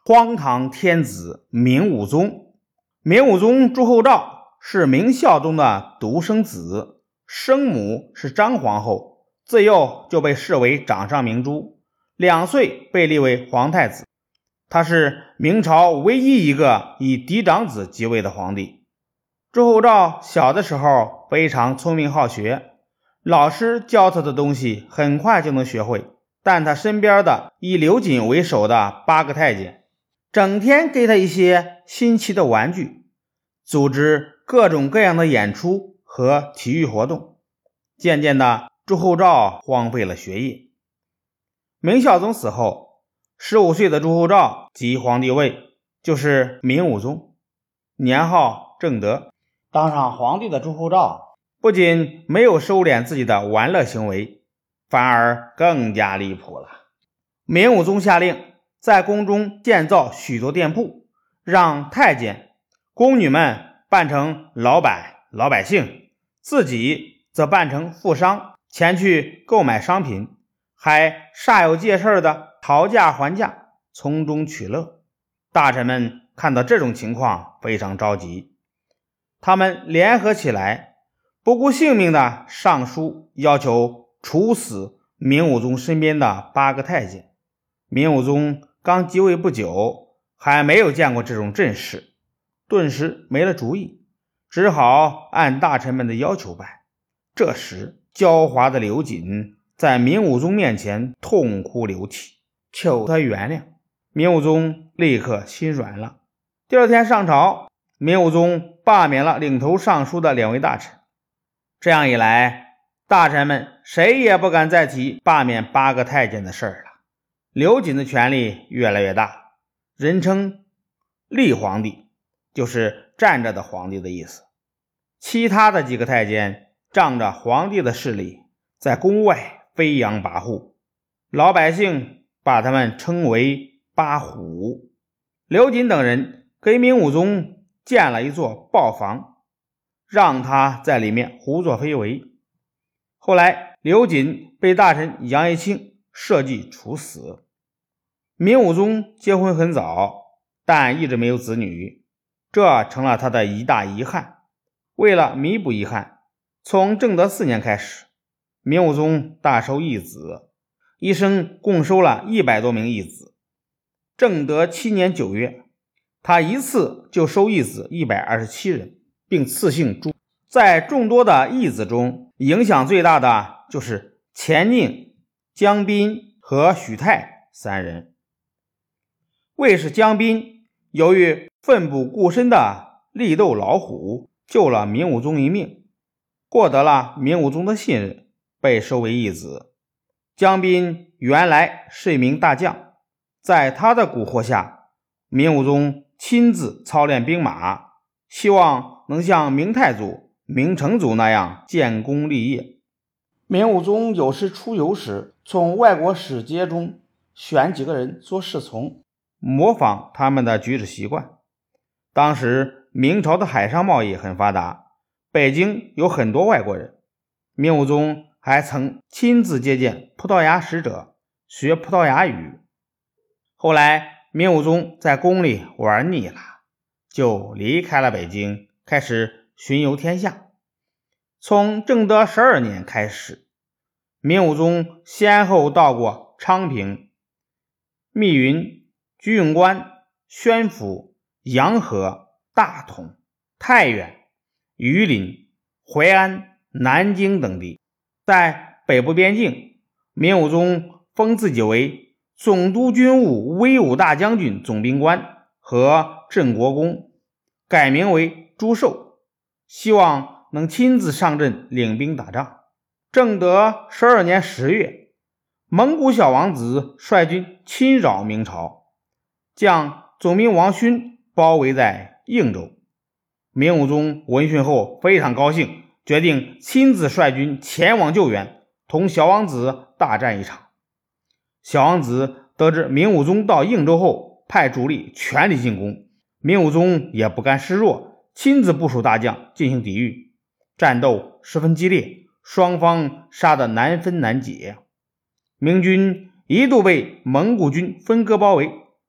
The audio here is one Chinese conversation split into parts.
荒唐天子明武宗。明武宗朱厚照是明孝宗的独生子，生母是张皇后，自幼就被视为掌上明珠，2岁被立为皇太子。他是明朝唯一一个以嫡长子即位的皇帝。朱厚照小的时候非常聪明好学，老师教他的东西很快就能学会，但他身边的以刘瑾为首的8个太监整天给他一些新奇的玩具，组织各种各样的演出和体育活动。渐渐的，朱厚照荒废了学业。明孝宗死后，15岁的朱厚照即皇帝位，就是明武宗，年号正德。当上皇帝的朱厚照不仅没有收敛自己的玩乐行为，反而更加离谱了。明武宗下令在宫中建造许多店铺，让太监、宫女们扮成老百姓，自己则扮成富商前去购买商品，还煞有介事的讨价还价，从中取乐。大臣们看到这种情况非常着急，他们联合起来，不顾性命的上书要求处死明武宗身边的8个太监。明武宗刚即位不久，还没有见过这种阵势，顿时没了主意，只好按大臣们的要求办。这时狡猾的刘瑾在明武宗面前痛哭流涕，求他原谅。明武宗立刻心软了。第二天上朝，明武宗罢免了领头上书的2位大臣。这样一来，大臣们谁也不敢再提罢免8个太监的事了。刘瑾的权力越来越大，人称立皇帝，就是站着的皇帝的意思。其他的几个太监仗着皇帝的势力，在宫外飞扬跋扈，老百姓把他们称为8虎。刘瑾等人给明武宗建了一座豹房，让他在里面胡作非为。后来刘瑾被大臣杨一清设计处死。明武宗结婚很早，但一直没有子女，这成了他的一大遗憾。为了弥补遗憾，从正德4年开始，明武宗大收义子，一生共收了100多名义子。正德7年9月，他一次就收义子127人，并赐姓朱。在众多的义子中，影响最大的就是钱宁、江彬和许泰3人。卫士江彬由于奋不顾身的力斗老虎，救了明武宗一命，获得了明武宗的信任，被收为义子。江彬原来是一名大将，在他的蛊惑下，明武宗亲自操练兵马，希望能像明太祖、明成祖那样建功立业。明武宗有时出游时，从外国使节中选几个人做侍从，模仿他们的举止习惯。当时明朝的海上贸易很发达，北京有很多外国人，明武宗还曾亲自接见葡萄牙使者，学葡萄牙语。后来明武宗在宫里玩腻了，就离开了北京，开始巡游天下。从正德12年开始，明武宗先后到过昌平、密云、居永关、宣府、洋河、大同、太原、榆林、淮安、南京等地。在北部边境，明武宗封自己为总督军务威武大将军总兵官和镇国公，改名为朱寿，希望能亲自上阵领兵打仗。正德12年10月，蒙古小王子率军侵扰明朝，将总兵王勋包围在应州。明武宗闻讯后非常高兴，决定亲自率军前往救援，同小王子大战一场。小王子得知明武宗到应州后，派主力全力进攻，明武宗也不甘示弱，亲自部署大将进行抵御。战斗十分激烈，双方杀得难分难解。明军一度被蒙古军分割包围，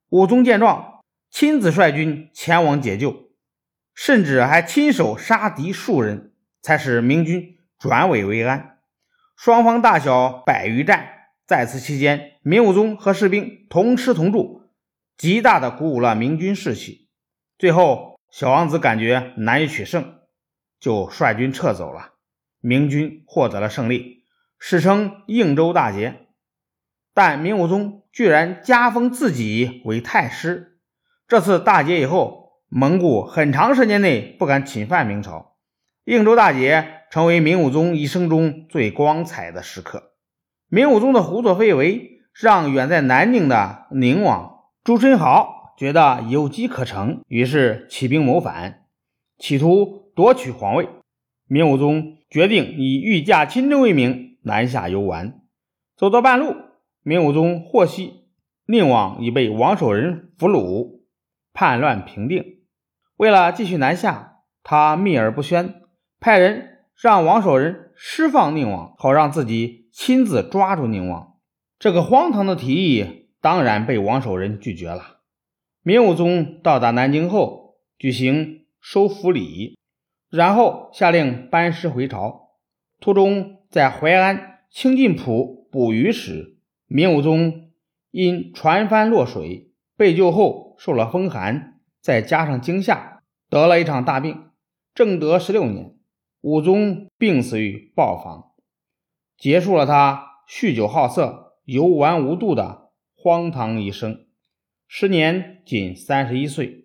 武宗见状，亲自率军前往解救，甚至还亲手杀敌数人，才使明军转危为安。双方大小100余战，在此期间，明武宗和士兵同吃同住，极大的鼓舞了明军士气。最后小王子感觉难以取胜，就率军撤走了。明军获得了胜利，史称应州大捷。但明武宗居然加封自己为太师。这次大捷以后，蒙古很长时间内不敢侵犯明朝，应州大捷成为明武宗一生中最光彩的时刻。明武宗的胡作非为，让远在南宁的宁王朱宸濠觉得有机可乘，于是起兵谋反，企图夺取皇位。明武宗决定以御驾亲征为名南下游玩。走到半路，明武宗获悉宁王已被王守仁俘虏，叛乱平定。为了继续南下，他秘而不宣，派人让王守仁释放宁王，好让自己亲自抓住宁王。这个荒唐的提议当然被王守仁拒绝了。明武宗到达南京后，举行收俘礼，然后下令班师回朝。途中在淮安清近浦捕鱼时，明武宗因船帆落水，被救后受了风寒，再加上惊吓，得了一场大病。正德16年，武宗病死于豹房，结束了他酗酒好色、游玩无度的荒唐一生。时年仅31岁。